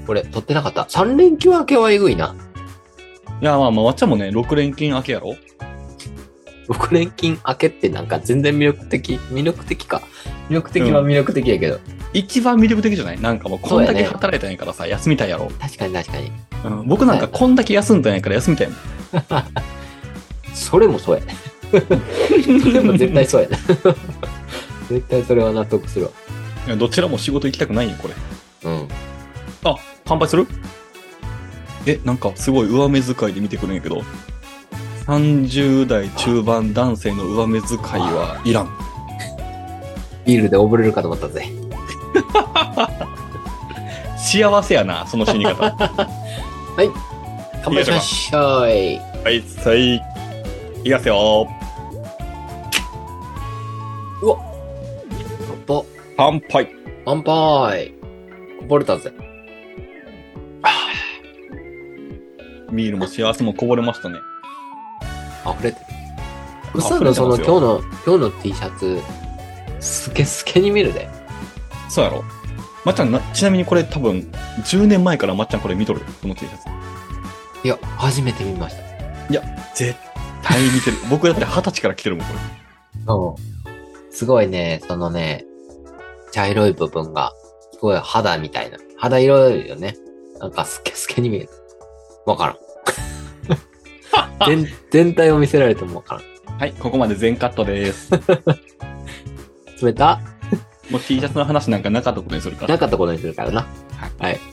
俺、取ってなかった。3連休明けはえぐいな。 いや、まあ、わっちゃんもね、6連勤明けやろ。 6連勤明けってなんか全然魅力的か。魅力的は魅力的やけど。 一番魅力的じゃない？なんかもう、こんだけ働いたんやからさ、休みたいやろ。 確かに。 僕なんかこんだけ休んだんやから休みたいもん。 それもそうやね。それも絶対そうやね。絶対それは納得するわ。 いや、どちらも仕事行きたくないよ、これ。 うん。 あ、乾杯する？なんかすごい上目遣いで見てくるんやけど、30代中盤男性の上目遣いはいらん。 ビールで溺れるかと思ったぜ。 幸せやな、その死に方。 はい。乾杯しましょい。 はい、さい。いきますよ。 うわっ。 乾杯。 乾杯。こぼれたぜ。 ビールも幸せもこぼれましたね。 溢れてる。うっさんのその今日の T シャツ、スケスケに見るで。 そうやろ。まっちゃんちなみにこれ多分、10年前からまっちゃんこれ見とるこの T シャツ。 いや、初めて見ました。 いや、絶対見てる。僕だって20歳から着てるもん、これ。 すごいね、そのね、茶色い部分が、すごい肌みたいな。肌色よね。なんかスケスケに見える。わからん。全体を見せられてもわからん。 はい、ここまで全カットです。 冷たもう T シャツの話なんかなかったことにするから。 なかったことにするからな。はい。 はい。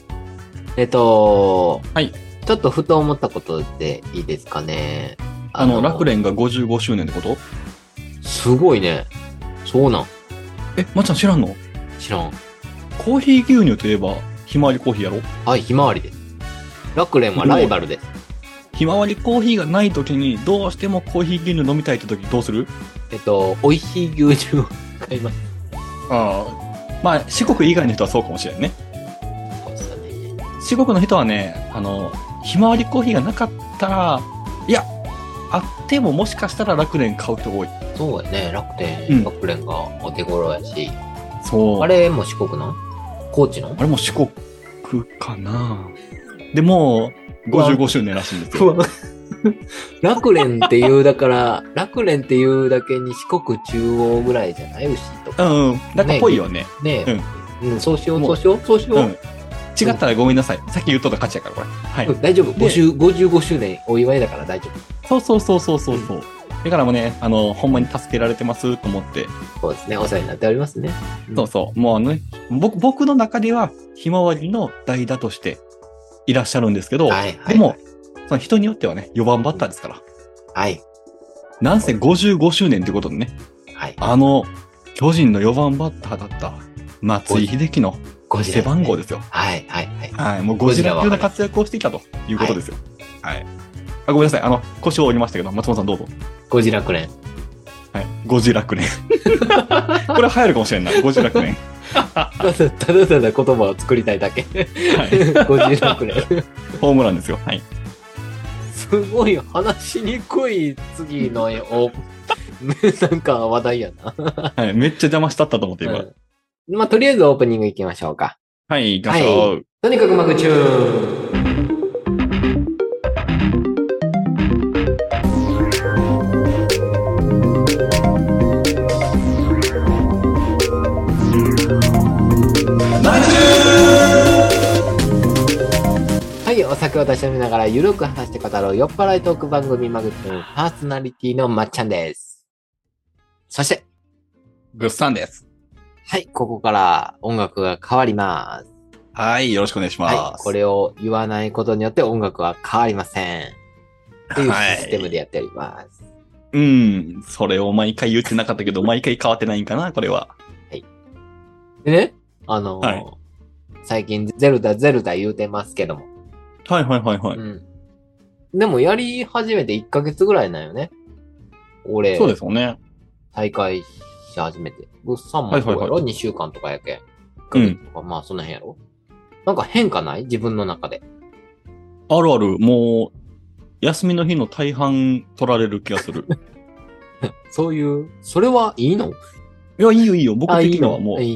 ちょっとふと思ったことでいいですかね。 楽連が55周年ってこと？ すごいね。そうなん。 まっちゃん知らんの？ 知らん。 コーヒー牛乳といえば、ひまわりコーヒーやろ？ はい、ひまわりです。楽連はライバルです。 ひまわりコーヒーがないときに、どうしてもコーヒー牛乳飲みたいってときどうする？ 美味しい牛乳を買います。 ああ。まあ、四国以外の人はそうかもしれんね。 そうですよね。 四国の人はね、ひまわりコーヒーがなかったら、いや、あってももしかしたら楽連買う人多い。 そうやね。楽連がお手頃やし。 そう。 あれも四国なん？高知の？ あれも四国かな。でも、55周年らしいんですよ。 楽連っていうだけに四国中央ぐらいじゃない牛とか。 うん、なんかぽいよね。 ねえ。うん、そうしよう。 うん。違ったらごめんなさい。さっき言っとった勝ちやから、これ。はい。 大丈夫。55周年お祝いだから大丈夫。そう。だからもうね、ほんまに助けられてますと思って。 そうですね。お世話になっておりますね。 そう。もう僕の中では、ひまわりの代打としていらっしゃるんですけど、でも、その人によってはね、4番バッターですから。 はい。 なんせ55周年ってことでね。 はい。 巨人の4番バッターだった松井秀喜の背番号ですよ。 はい。 もうゴジラ級な活躍をしていたということですよ。はい。ごめんなさい。腰を折りましたけど、松本さんどうぞ。 ゴジラクレン。 はい。ゴジラクレン。これ流行るかもしれんない。ゴジラクレン。 ただ言葉を作りたいだけ。はい。ゴジラクレン。 ホームランですよ。はい。 すごい話しにくい次のなんか話題やな。 はい。めっちゃ邪魔したったと思って今。 まあ、とりあえずオープニング行きましょうか。 はい、行きましょう。 とにかくマグチューン。はい、お酒を出し飲みながらゆるく話して語ろう酔っ払いトーク番組マグチューンパーソナリティのまっちゃんです。そして、 グッサンです。 はい、ここから音楽が変わります。 はい、よろしくお願いします。 はい、これを言わないことによって音楽は変わりません。というシステムでやっております。 それを毎回言ってなかったけど、毎回変わってないんかな、これは。 はい。でね、最近ゼルダ言うてますけども。 はい。 でもやり始めて1ヶ月ぐらいなんよね。俺。 そうですよね。 再開し始めて。グッサンもそうやろ、2週間とかやけん。1ヶ月とか、まあその辺やろ。なんか変化ない自分の中で。 ある。もう、休みの日の大半取られる気がする。 そういう、それはいいの？ いや、いいよ。僕的にはもう。 いいの？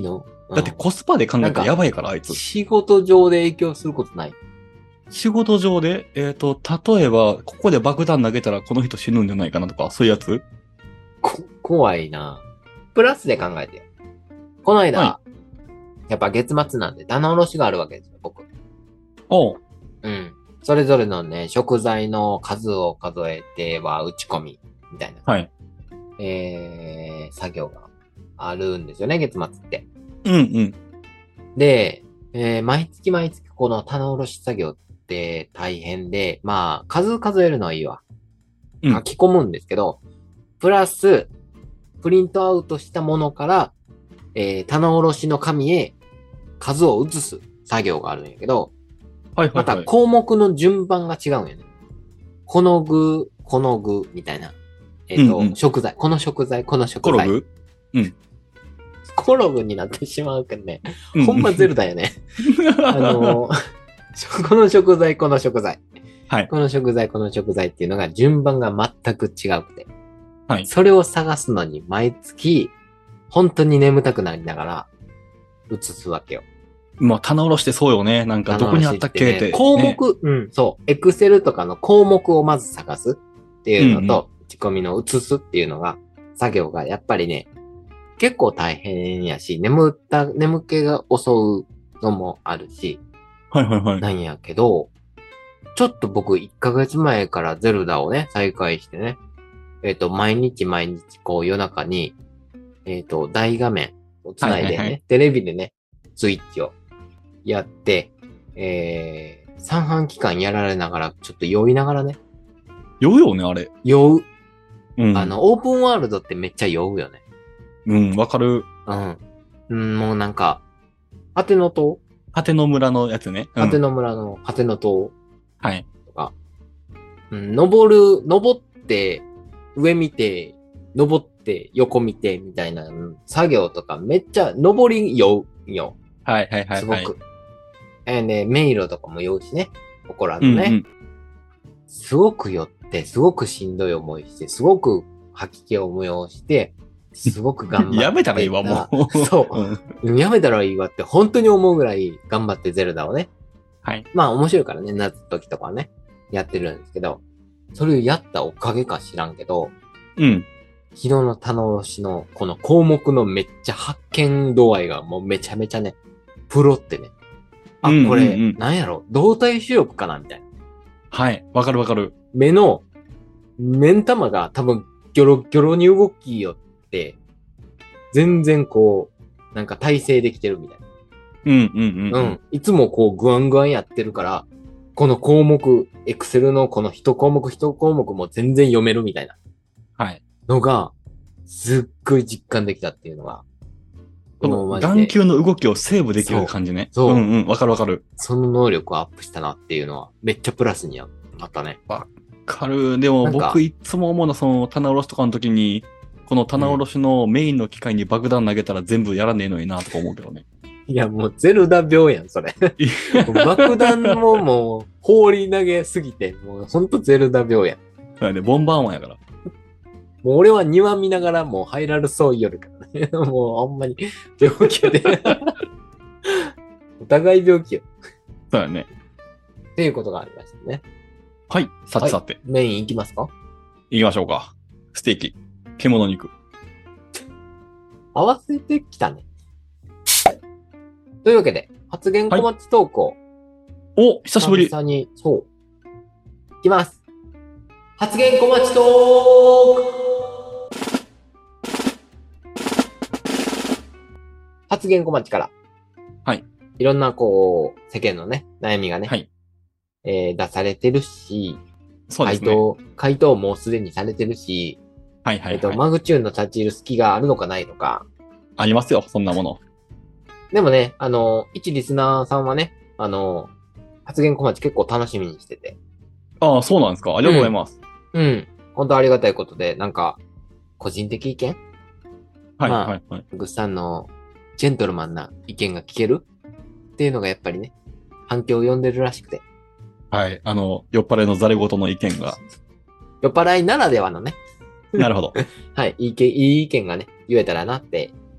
だってコスパで考えたらやばいから、あいつ。 仕事上で影響することない？ 仕事上で、例えば、ここで爆弾投げたらこの人死ぬんじゃないかなとか、そういうやつ？ 怖いな。プラスで考えてよ。この間、 はやっぱ月末なんで棚卸しがあるわけですよ、僕。 おう。 うん。それぞれのね、食材の数を数えては打ち込み、みたいな。 はい。 作業があるんですよね、月末って。 うんうん。 で、毎月毎月この棚卸し作業って大変で、まあ、数数えるのはいいわ。 うん書き込むんですけど、プラス、プリントアウトしたものから、棚卸しの紙へ数を移す作業があるんやけど、またはいはいはい。 項目の順番が違うんやね。この具、この具、みたいな。 うんうん。 食材、この食材、この食材。 コログ？うん。 コログになってしまうけどね。 うん。 ほんまゼルだよね。この食材、この食材。 はい。 この食材、この食材っていうのが順番が全く違くて。 はい。 それを探すのに毎月、本当に眠たくなりながら、移すわけよ。 まあ、棚卸してそうよね。なんか、どこにあったっけって。 項ね。 目、うん、そう。エクセルとかの項目をまず探すっていうのうんうん。 と、打ち込みの移すっていうのが、作業がやっぱりね、結構大変やし、眠気が襲うのもあるし、 はいはいはい。 なんやけど、ちょっと僕1ヶ月前からゼルダをね、再開してね、毎日毎日こう夜中に、大画面をつないでね、 はいはいはい。 テレビでね、スイッチをやって、三半期間やられながら、ちょっと酔いながらね、 酔うよね、あれ。 酔う。 うん。 オープンワールドってめっちゃ酔うよね。 うん、わかる。 うん。うん、もうなんか、果ての塔果ての村のやつね。うん。 果ての村の果ての塔はい。 とか、うん、登って、上見て、登って、横見て、みたいな、作業とかめっちゃ、登り酔うよ。 はいはいはいはい。 すごく。ね、迷路とかも酔うしね。ここらのね。 うんうん。 すごく酔って、すごくしんどい思いして、すごく吐き気を催して、すごく頑張やめたらいいわ、 ってた。 もう。 そうん。 う。やめたらいいわって本当に思うぐらい頑張ってゼルダをね。 はい。 まあ面白いからね、夏時とかね、やってるんですけど、それをやったおかげか知らんけど、 うん。 昨日の棚卸しのこの項目のめっちゃ発見度合いがもうめちゃめちゃね、プロってね。あ、これ、 うんうんうん。 なんやろ動体視力かなみたいな。 はい。わかるわかる。 目の、目ん玉が多分ギョロギョロに動きよって、全然こう、なんか体勢できてるみたいな。 うんうんうん。 うん。いつもこう、グワングワンやってるから、この項目、エクセルのこの一項目一項目も全然読めるみたいなはい。 のが、すっごい実感できたっていうのが、 こもうマジの眼球で、 の動きをセーブできる感じね。 そううんうん。わかるわかる。 その能力をアップしたなっていうのは、めっちゃプラスにあったね。 わかる。でもなんか僕いつも思うのはその棚卸しとかの時に、この棚卸しのメインの機械に爆弾投げたら全部やらねえのになとか思うけどね。 いや、もうゼルダ病やん、それ。爆弾ももう、放り投げすぎて、もうほんとゼルダ病やん。 だからね、ボンバーマンやから。 もう俺は庭見ながらもう入られそう言よるからね。もうあんまり病気やで。お互い病気よ。 そうやね。 っていうことがありましたね。 はい。さてさて。 メインいきますか？ 行きましょうか。ステーキ。獣肉。 合わせてきたね。というわけで、発言小町投稿。 お、久しぶり。 久々に、そう。いきます。発言小町トーク発言小町から。 はい。 いろんな、こう、世間のね、悩みがね、 はい。 出されてるし、 そうですね。 回答もうすでにされてるし、 はいはいはい。 マグチューンの立ち入る隙があるのかないのか。 ありますよ、そんなもの。 でもね、一リスナーさんはね、発言小町結構楽しみにしてて。 ああ、そうなんですか。ありがとうございます。 うん。本当ありがたいことで、なんか、個人的意見はいまあはいはい。 グッさんのジェントルマンな意見が聞けるっていうのがやっぱりね、反響を呼んでるらしくて。 はい。酔っ払いのザレ言の意見が。 酔っ払いならではのね、 なるほど。 はい、いい意見がね、言えたらなって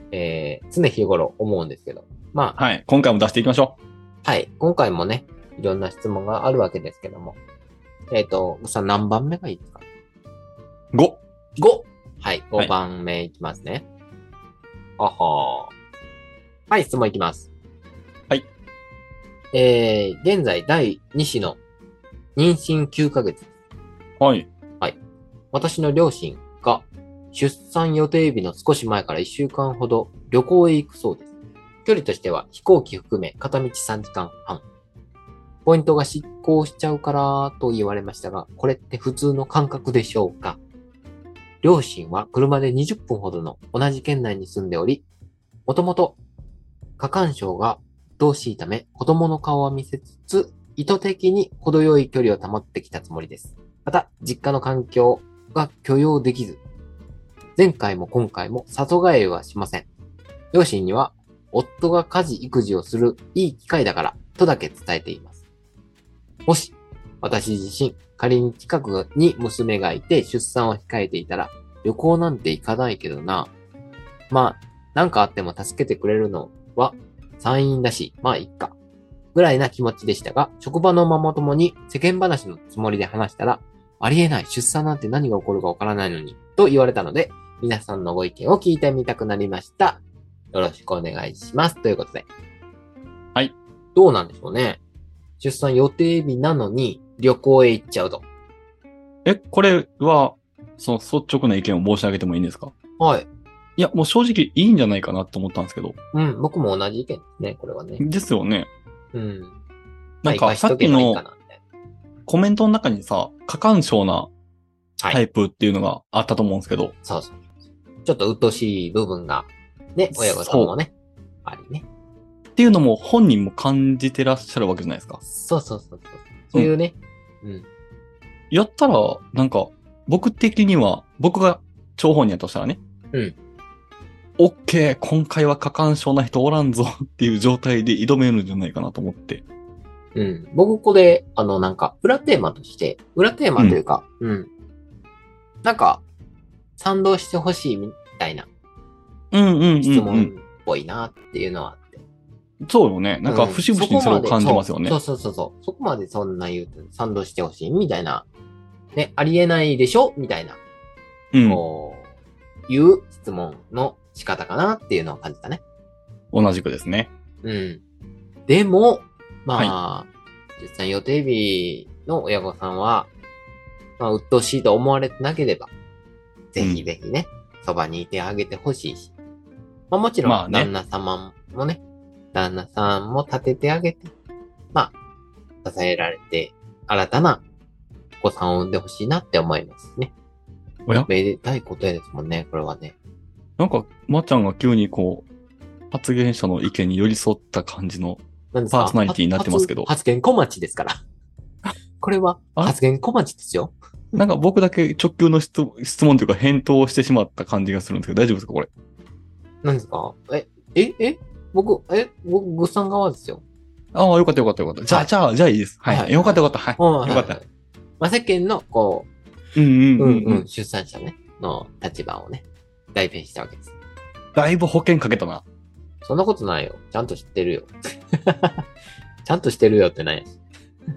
常日頃思うんですけど。まあ、 はい。今回も出していきましょはい。今回もね、いろんな質問があるわけですけども。さん何番目がいいですか？ う。5。 5! はい。 はい 5番目いきますね。あはー。はい、質問いきます。 はい。 現在第2子の妊娠9ヶ月。 はい。 私の両親が出産予定日の少し前から1週間ほど旅行へ行くそうです。距離としては飛行機含め片道3時間半。ポイントが失効しちゃうからと言われましたが、これって普通の感覚でしょうか？両親は車で20分ほどの同じ県内に住んでおり、もともと過干渉が鬱陶しいため子供の顔は見せつつ、意図的に程よい距離を保ってきたつもりです。また、実家の環境が許容できず、前回も今回も里帰りはしません。両親には、夫が家事育児をするいい機会だからとだけ伝えています。もし、私自身、仮に近くに娘がいて出産を控えていたら、旅行なんて行かないけどな。まあ、なんかあっても助けてくれるのは産院だし、まあいっか。ぐらいな気持ちでしたが、職場のママ友に世間話のつもりで話したら、ありえない、出産なんて何が起こるかわからないのに、と言われたので、皆さんのご意見を聞いてみたくなりました。よろしくお願いします。ということで。 はい。 どうなんでしょうね。出産予定日なのに旅行へ行っちゃうと。 これは、その率直な意見を申し上げてもいいんですか？ はい。 いや、もう正直いいんじゃないかなと思ったんですけど。 うん、僕も同じ意見ですね、これはね。 ですよね。 うん。 なんかさっきのコメントの中にさ、過干渉なタイプっていうのがあったと思うんですけど。 そうそう。ちょっと鬱陶しい部分が、ね、親御さんもね、ありね。 っていうのも本人も感じてらっしゃるわけじゃないですか。 そうそうそうそう。そういうね。うん。 やったら、なんか、僕的には、僕が張本人やとしたらね。 うん。 オッケー、今回は過干渉な人おらんぞっていう状態で挑めるんじゃないかなと思って。 うん。僕ここで、なんか、裏テーマとして、裏テーマというか、なんか、賛同してほしいみたいな、質問っぽいなっていうのはあって。 そうよね。なんか、節々にそれを感じますよね。 そう。そこまでそんな言うと、賛同してほしいみたいな、ね、ありえないでしょみたいな、こう、いう質問の仕方かなっていうのを感じたね。 同じくですね。 うん。でも、まあ、出産予定日の親御さんは、まあ、鬱陶しいと思われてなければ、ぜひぜひね、そばにいてあげてほしいし。まあもちろん、旦那様もね、旦那さんも立ててあげて、まあ、支えられて、新たなお子さんを産んでほしいなって思いますね。めでたいことやですもんね、これはね。 なんか、まっちゃんが急にこう、発言者の意見に寄り添った感じのパーソナリティになってますけど。 発言小町ですから。これは発言小町ですよ。 なんか僕だけ直球の質問というか返答をしてしまった感じがするんですけど、大丈夫ですかこれ。 何ですか？僕、グッさん側ですよ。 ああ、よかったよかったよかった。じゃあいいです。はい。よかったよかった。はい。よかった。 まあ、世間の、こう、出産者ね、の立場をね、代弁したわけです。 だいぶ保険かけたな。 そんなことないよ。ちゃんと知ってるよ。ちゃんとしてるよってないし。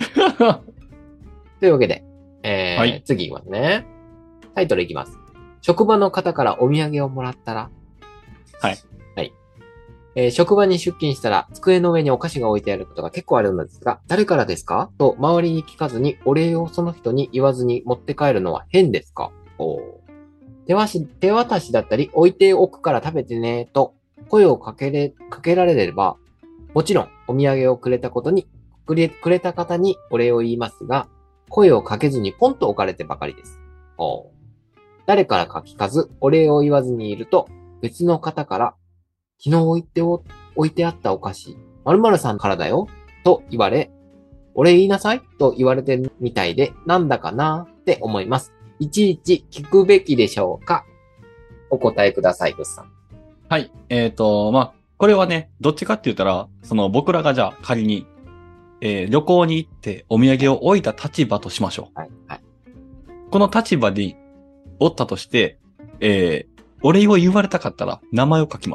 というわけで、はい、次いきますね。タイトルいきます。職場の方からお土産をもらったら、 はい。 はい。職場に出勤したら、机の上にお菓子が置いてあることが結構あるのですが、誰からですかと周りに聞かずに、お礼をその人に言わずに持って帰るのは変ですか？手渡しだったり、置いておくから食べてね、と声をかけられれば、もちろんお土産をくれた方にお礼を言いますが、声をかけずにポンと置かれてばかりです。誰からか聞かず、お礼を言わずにいると、別の方から、昨日置いてあったお菓子、〇〇さんからだよ、と言われ、お礼言いなさいと言われてるみたいで、なんだかなって思います。いちいち聞くべきでしょうか？お答えください、グッさん。 はい。まあ、これはね、どっちかって言ったら、僕らがじゃあ仮に、旅行に行ってお土産を置いた立場としましょう。 はい。はい。 この立場におったとして、お礼を言われたかったら名前を書きます。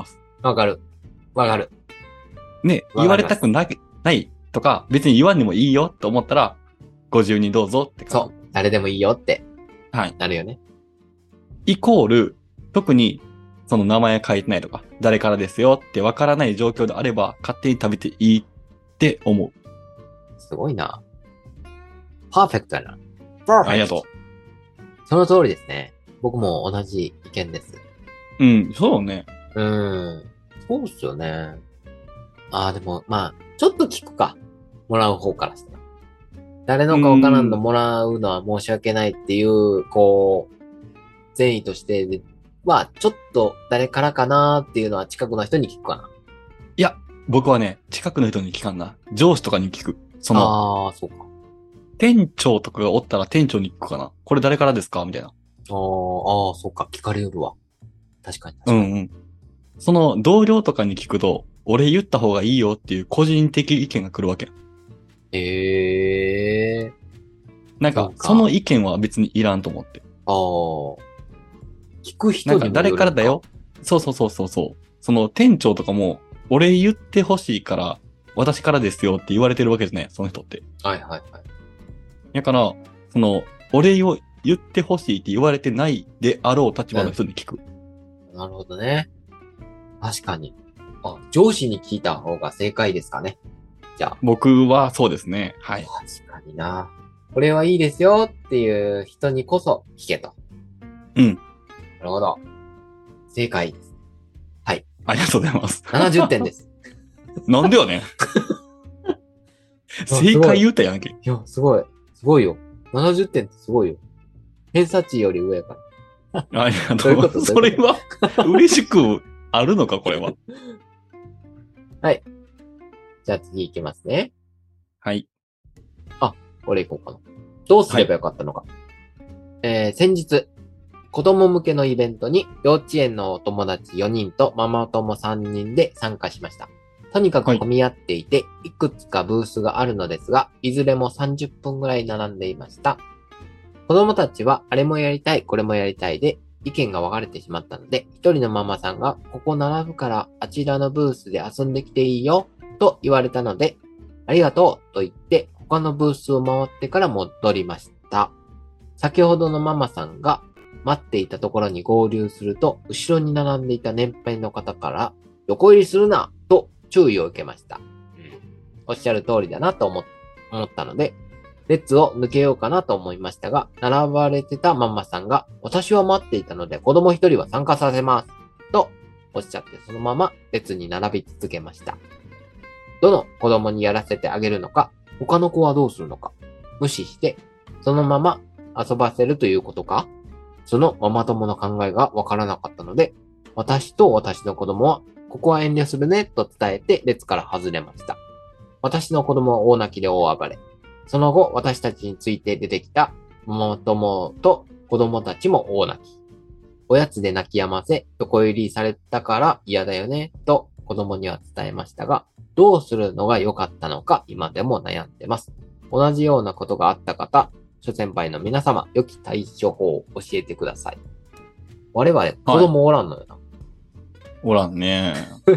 わかる。わかる。 ね、言われたくないとか、別に言わんでもいいよと思ったら、ご自由にどうぞって書く。 そう。誰でもいいよってはい。 なるよね。 イコール、特に、その名前書いてないとか、誰からですよってわからない状況であれば、勝手に食べていいって思う。 すごいな。パーフェクトやな。パーフェクト。 ありがとその通りですね。僕も同じ意見です。 う。うん、そうね。 そうっすよね。でも、まあ、ちょっと聞くか。もらう方からしたら。誰のかわからんのもらうのは申し訳ないっていう、こう、善意としては、ちょっと誰からかなっていうのは近くの人に聞くかな。 いや、僕はね、近くの人に聞かんな。上司とかに聞く。 そうか。 店長とかがおったら店長に聞くかな。これ誰からですかみたいな。 そうか。聞かれるわ。確かに確かに。 うんうん。その同僚とかに聞くと、俺言った方がいいよっていう個人的意見が来るわけ。なんか、その意見は別にいらんと思って。 聞く人にもよるなんか誰からだよ。そう。その店長とかも、俺言ってほしいから、私からですよって言われてるわけじゃない、その人って。 はいはいはい。 だから、その、俺を言ってほしいって言われてないであろう立場の人に聞く。 なるほどね。確かに。上司に聞いた方が正解ですかね。じゃあ。 僕はそうですね。はい。 確かにな。これはいいですよっていう人にこそ聞けと。 うん。 なるほど。正解です。はい。 ありがとうございます。 70点です。 なんでよね。正解言うたやんけ。 いや、すごい。すごいよ。70点ってすごいよ。偏差値より上やから。 ありがとう。それは、嬉しくあるのか、これは。 はい。じゃあ次行きますね。 はい。 俺行こうかな。どうすればよかったのか。先日、子供向けのイベントに幼稚園のお友達4人とママ友3人で参加しました。とにかく混み合っていて、いくつかブースがあるのですが、いずれも30分ぐらい並んでいました。子供たちはあれもやりたい、これもやりたいで、意見が分かれてしまったので、一人のママさんが、ここ並ぶからあちらのブースで遊んできていいよ、と言われたので、ありがとう、と言って、他のブースを回ってから戻りました。先ほどのママさんが待っていたところに合流すると、後ろに並んでいた年配の方から、横入りするな、と注意を受けました。おっしゃる通りだなと思ったので、列を抜けようかなと思いましたが、並ばれてたママさんが、私は待っていたので子供一人は参加させます。とおっしゃってそのまま列に並び続けました。どの子供にやらせてあげるのか、他の子はどうするのか、無視して、そのまま遊ばせるということか、そのママ友の考えがわからなかったので、私と私の子供は、ここは遠慮するね、と伝えて列から外れました。私の子供は大泣きで大暴れ。その後、私たちについて出てきたママ友と子供たちも大泣き。おやつで泣き止ませ、横入りされたから嫌だよね、と子供には伝えましたが、どうするのが良かったのか今でも悩んでます。同じようなことがあった方、諸先輩の皆様、良き対処法を教えてください。我々、子供おらんのよな。 おらんね。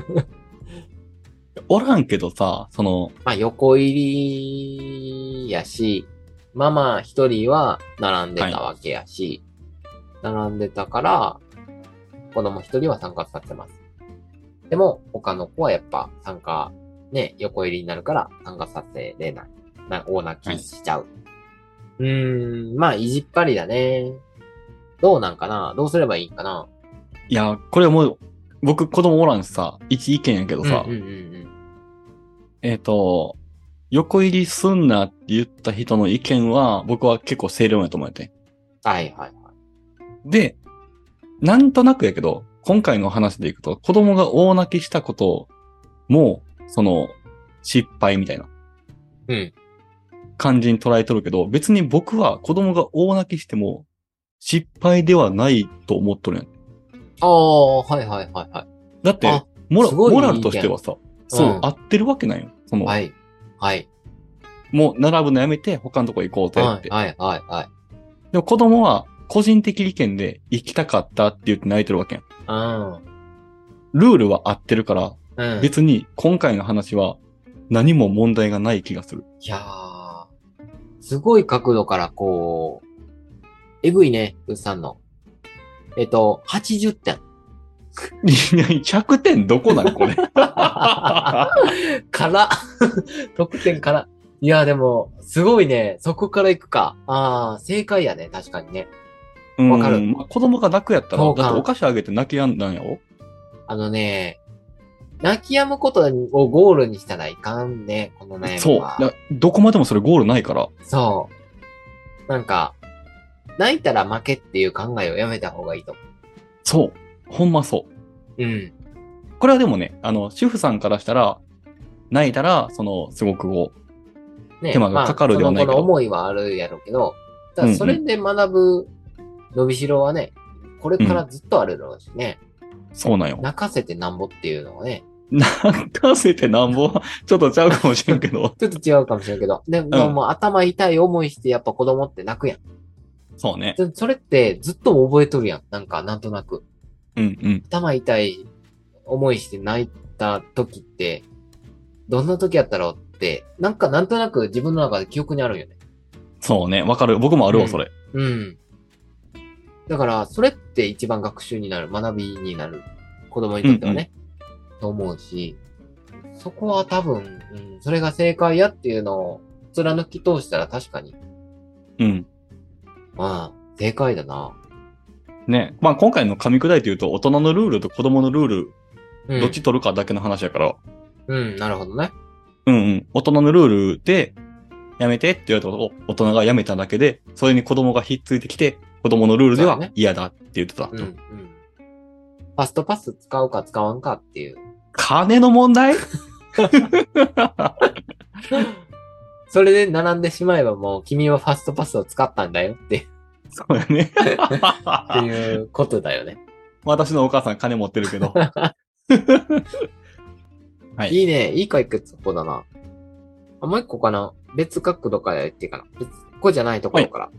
おらんけどさ、 横入りやし、ママ一人は並んでたわけやし、並んでたから、子供一人は参加させます。でも、他の子はやっぱ参加、横入りになるから参加させれない。大泣きしちゃう。意地っ張りだね。どうなんかな？どうすればいいんかな？ いや、これはもう、僕子供おらんしさ、一意見やけどさ、横入りすんなって言った人の意見は、僕は結構正論やと思うて。 はいはいはい。 で、なんとなくやけど、今回の話でいくと、子供が大泣きしたことも、失敗みたいな。感じに捉えとるけど、別に僕は子供が大泣きしても、失敗ではないと思っとるやん。 はいはいはいはい。 だって、モラルとしてはさ、合ってるわけないよ。 はい。はい。 もう並ぶのやめて他のとこ行こうぜって。 はいはいはい。 でも子供は個人的意見で行きたかったって言って泣いてるわけやん。 ルールは合ってるから、 うん。 別に今回の話は何も問題がない気がする。 いやー、すごい角度からこう、えぐいね、うっさんの。80点。 いや、100点どこなのこれ。 から得点から。いや、でも、すごいね。そこから行くか。ああ、正解やね。確かにね。 うん。 わかるまあ子供が泣くやったら、 共感だってお菓子あげて泣きやんだんやろ。 あのね、泣き止むことをゴールにしたらいかんね。この悩みそう。 は。 どこまでもそれゴールないから。 そう。なんか、泣いたら負けっていう考えをやめた方がいいと思そう。ほんまそう。 う。うん。 これはでもね、主婦さんからしたら、泣いたら、すごくね、 手間がかかるではないけどその子の思いはあるやろうけど、ただそれで学ぶ伸びしろはね、これからずっとあるだろうしね。 そうなんよ。 泣かせてなんぼっていうのはね、 泣かせてなんぼは、ちょっとちゃうかもしれんけど。 ちょっと違うかもしれんけど、でも、もう頭痛い思いしてやっぱ子供って泣くやん。 そうね。 それってずっと覚えとるやん。なんとなく。 うんうん。 頭痛い思いして泣いた時って、どんな時やったろうって、なんとなく自分の中で記憶にあるんよね。 そうね。わかる。僕もあるわ、それ。 うん。だから、それって一番学習になる、学びになる。子供にとってはね。と思うし、そこは多分、それが正解やっていうのを貫き通したら確かに、 うん。 まあ、正解だな。 ね。まあ今回の噛み砕いて言うと、大人のルールと子供のルール、 うん。 どっち取るかだけの話やから。 うん、なるほどね。 うんうん。大人のルールで、やめてって言われたことを大人がやめただけで、それに子供がひっついてきて、子供のルールではそうだね嫌だって言ってた。 うん、うん。ファストパス使うか使わんかっていう。 金の問題それで並んでしまえばもう君はファストパスを使ったんだよってそうやね。 っていうことだよね。 私のお母さん金持ってるけど。はい。 いいね。いい解決法だな。もう一個かな。別角度から言っていいかな。別個じゃないところから。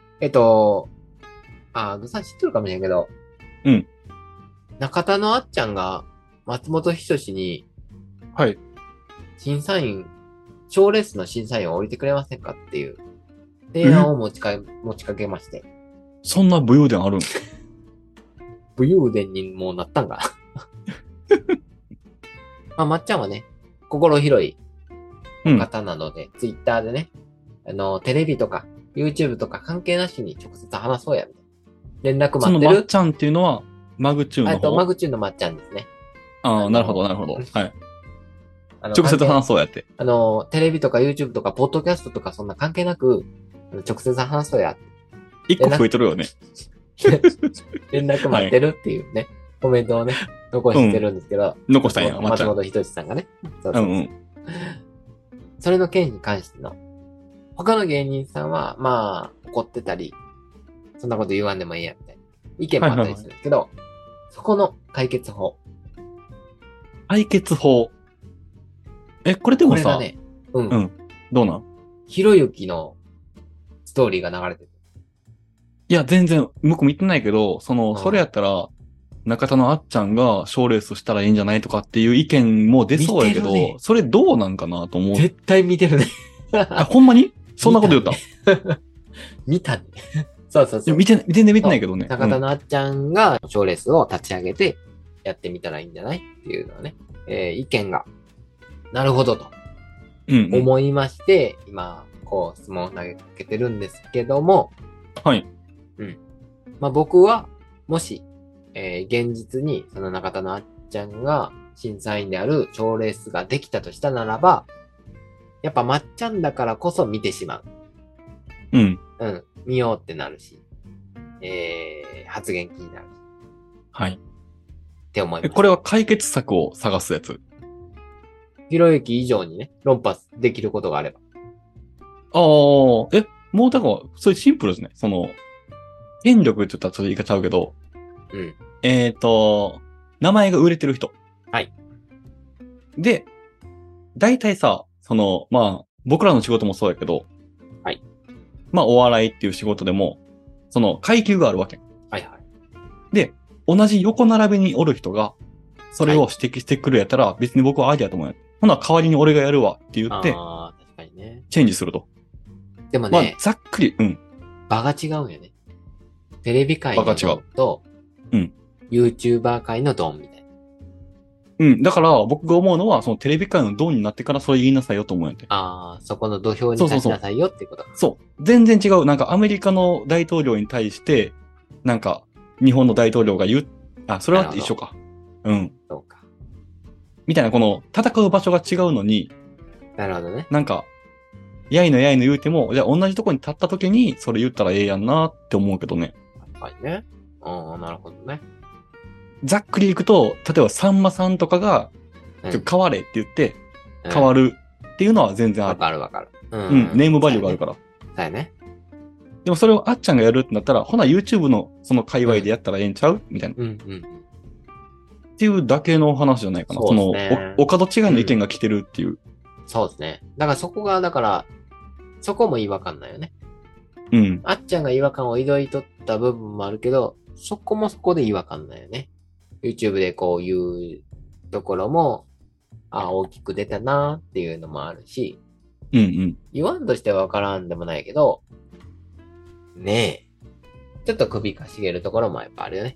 ぐさん知ってるかもしれんけど。 うん。 中田のあっちゃんが松本人志にはい。 審査員、賞レースの審査員を降りてくれませんかっていう提案を持ちかけまして。 そんな武勇伝あるん武勇伝にもうなったんかな。まあ、まっちゃんはね、心広い方なので、ツイッターでね、テレビとか YouTube とか関係なしに直接話そうや、みたいな。連絡その待ってる。 まっちゃんっていうのは、マグチューンの方マグチューンのまっちゃんですね。 ああ、なるほど、なるほど。はい。 直直接話そうやって。 テレビとか YouTube とか、ポッドキャストとかそんな関係なく、直接話そうや。 一個増えとるよね。 連絡待ってるっていうね、コメントをね、残してるんですけど。 残したんや、まっちゃん。 松本人志さんがね。そうそう。 うんうん。 それの件に関しての、他の芸人さんは、まあ、怒ってたり、そんなこと言わんでもいいや、みたいな意見もあったりするんですけど、そこの解決法。 解決法。これでもさ、 これがね、 どうなんひろゆきのストーリーが流れてる。 いや、全然、向こう見てないけど、それやったら、中田のあっちゃんが賞レースしたらいいんじゃないとかっていう意見も出そうやけど、 見てるねそれどうなんかなと思う。 絶対見てるね。 ほんまにそんなこと言った見たね。そうそうそう。 全然見てないけどね。 中田のあっちゃんが賞レースを立ち上げてやってみたらいいんじゃないっていうのはね、意見が、なるほどと思いまして、今、こう質問を投げてるんですけども、 はい。 まあ僕は、もし、現実にその中田のあっちゃんが審査員である賞レースができたとしたならば、やっぱまっちゃんだからこそ見てしまう。見ようってなるし、発言気になるし。 はい。 って思います。 これは解決策を探すやつ。 ひろゆき以上にね、論破できることがあれば。 もうだから、それシンプルですね。権力って言ったらちょっと言い方ちゃうけど、名前が売れてる人。 はい。 で、大体さ、まあ、僕らの仕事もそうやけど、 はい。 まあ、お笑いっていう仕事でも、階級があるわけ。 はいはい。 で、同じ横並びにおる人が、 それを指摘してくるやったら、別に僕はアイデアと思うよ。ほな、代わりに俺がやるわって言って、 ああ、確かにね。 チェンジすると。 でもまあね、、 ざっくり、 場が違うんよね。テレビ界のドンと、YouTuber 界のドンみたいな。 だから僕が思うのは、そのテレビ界のドンになってからそれ言いなさいよと思うんやって。 ああ、そこの土俵に立ちなさいよってこと。 そう。全然違う。なんかアメリカの大統領に対して、なんか日本の大統領がそれは一緒か。 そうか。 みたいな、この戦う場所が違うのに、 なるほどね。 なんか、やいの言うても、じゃあ同じとこに立った時にそれ言ったらええやんなって思うけどね。 確かにね。ああ、なるほどね。 ざっくりいくと、例えばさんまさんとかが、変われって言って、変わるっていうのは全然ある。 わかるわかる。 ネームバリューがあるから。 だよね。 でもそれをあっちゃんがやるってなったら、ほな YouTube のその界隈でやったらええんちゃうみたいな。っていうだけの話じゃないかな。その、お門違いの意見が来てるっていう。 そうですね。だからそこが、そこも違和感だよね。あっちゃんが違和感を抱いとった部分もあるけど、そこもそこで違和感だよね。YouTube でこういうところも、大きく出たなっていうのもあるし、言わんとしてはわからんでもないけど、ねえ。ちょっと首かしげるところもやっぱあるよね。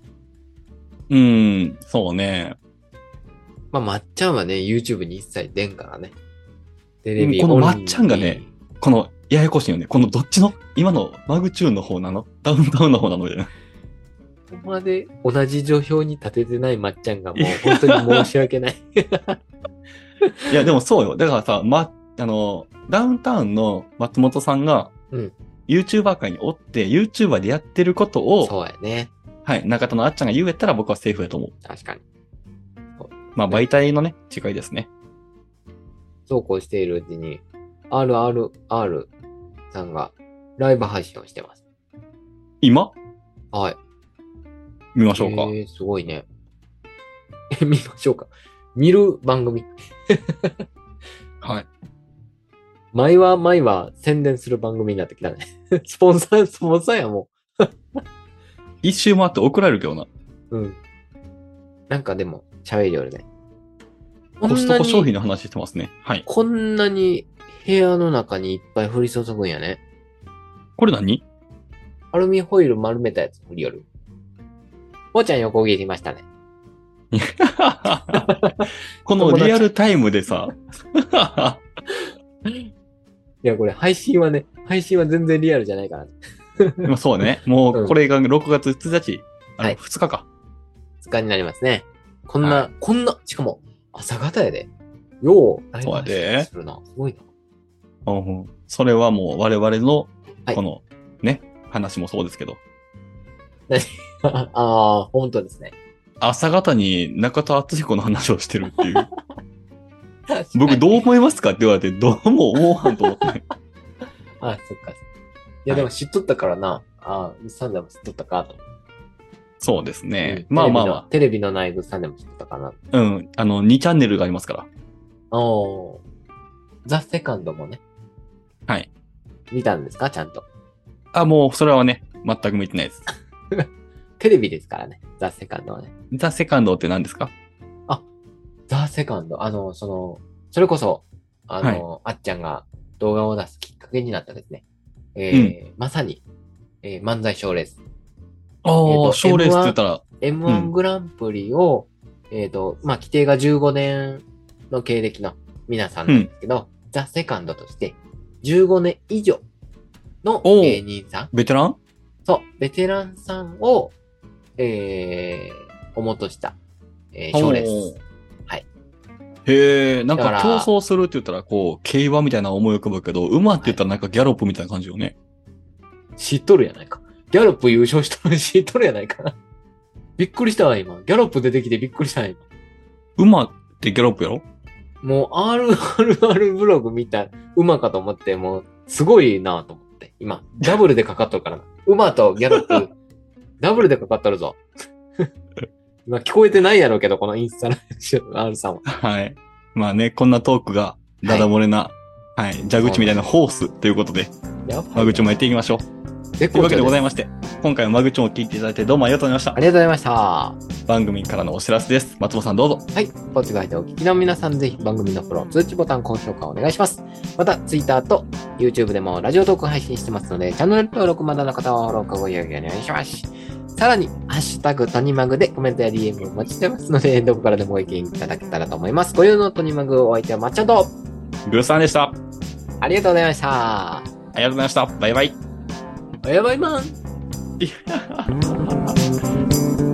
そうね。 まあ、まっちゃんはね、YouTube に一切出んからね。テレビこのまっちゃんがね、この、ややこしいよね。このどっちの、今のマグチューンの方なのダウンタウンの方なのみたいな。 ここまで同じ土俵に立ててないまっちゃんがもう本当に申し訳ない。 いや、でもそうよ。だからさ、ダウンタウンの松本さんが、YouTuber 界におって、YouTuber でやってることを、 そうやね。 はい、中田のあっちゃんが言うやったら僕はセーフやと思う。 確かに。 まあ、媒体のね、違いですね。 そうこうしているうちに、RRR さんがライブ配信をしてます。 今？ はい。 見ましょうか。 すごいね。見ましょうか。見る番組。 はい。 毎は宣伝する番組になってきたね。スポンサーやもう。 一周回って送られるけどな。 なんかでも、喋りよるね。 コストコ商品の話してますね。はい。 こんなに部屋の中にいっぱい降り注ぐんやね。 これ何？ アルミホイル丸めたやつ降りよる。おーちゃん横切りましたね。 このリアルタイムでさ。 いや、これ配信は全然リアルじゃないからね。 そうね。もうこれが6月1日。2日か。 2日になりますね。こんな、しかも朝方やで。よう、ライブ配信するな。すごいな。 それはもう我々の、このね、話もそうですけど。 本当ですね。 朝方に中田敦彦の話をしてるっていう。僕どう思いますかって言われて、どうも思わんと思って。 そっか。いや、でも知っとったからな。グッサンでも知っとったかと。 そうですね。 まあ。テレビのないグッサンでも知っとったかな。 2チャンネルがありますから。 ザ・セカンドもね。 はい。 見たんですかちゃんと。 もう、それはね、全く見てないです。 テレビですからね。ザ・セカンドはね。 ザ・セカンドって何ですか？ ザ・セカンド。それこそ、あっちゃんが動画を出すきっかけになったですね。まさに、漫才賞レース。 賞レースって言ったら。 M1 グランプリを、規定が15年の経歴の皆さんなんですけど、ザ・セカンドとして、15年以上の芸人さん。 ベテラン？ そう、ベテランさんを、おもとした、賞レース。はい。 へえ、なんか競争するって言ったら、競馬みたいな思い浮かぶけど、馬って言ったらなんかギャロップみたいな感じよね。 知っとるやないか。ギャロップ優勝したの知っとるやないか。びっくりしたわ、今。ギャロップ出てきてびっくりしたわ、今。 馬ってギャロップやろ？ もう RRR ブログ見た馬かと思って、もうすごいなと思って。今、ダブルでかかっとるからな。馬とギャロップ、ダブルでかかっとるぞ。今聞こえてないやろうけど、このインスタラジオ R さんは。 はい。まあね、こんなトークがダダ漏れな、はい、蛇口みたいなホースということで、間口もやっていきましょう。 というわけでございまして、今回もマグチョンを聞いていただいてどうもありがとうございました。 ありがとうございました。 番組からのお知らせです。松本さんどうぞ。 はい。Spotify でお聞きの皆さん、ぜひ番組のフォロー、通知ボタン、高評価お願いします。また、Twitter と YouTube でもラジオトーク配信してますので、チャンネル登録まだの方はフォローかご用意お願いします。さらに、ハッシュタグトニマグでコメントや DM をお待ちしてますので、どこからでもご意見いただけたらと思います。ご用のトニマグお相手はまっちゃんと、 グーさんでした。 ありがとうございました。 ありがとうございました。バイバイ。 バイバイマン。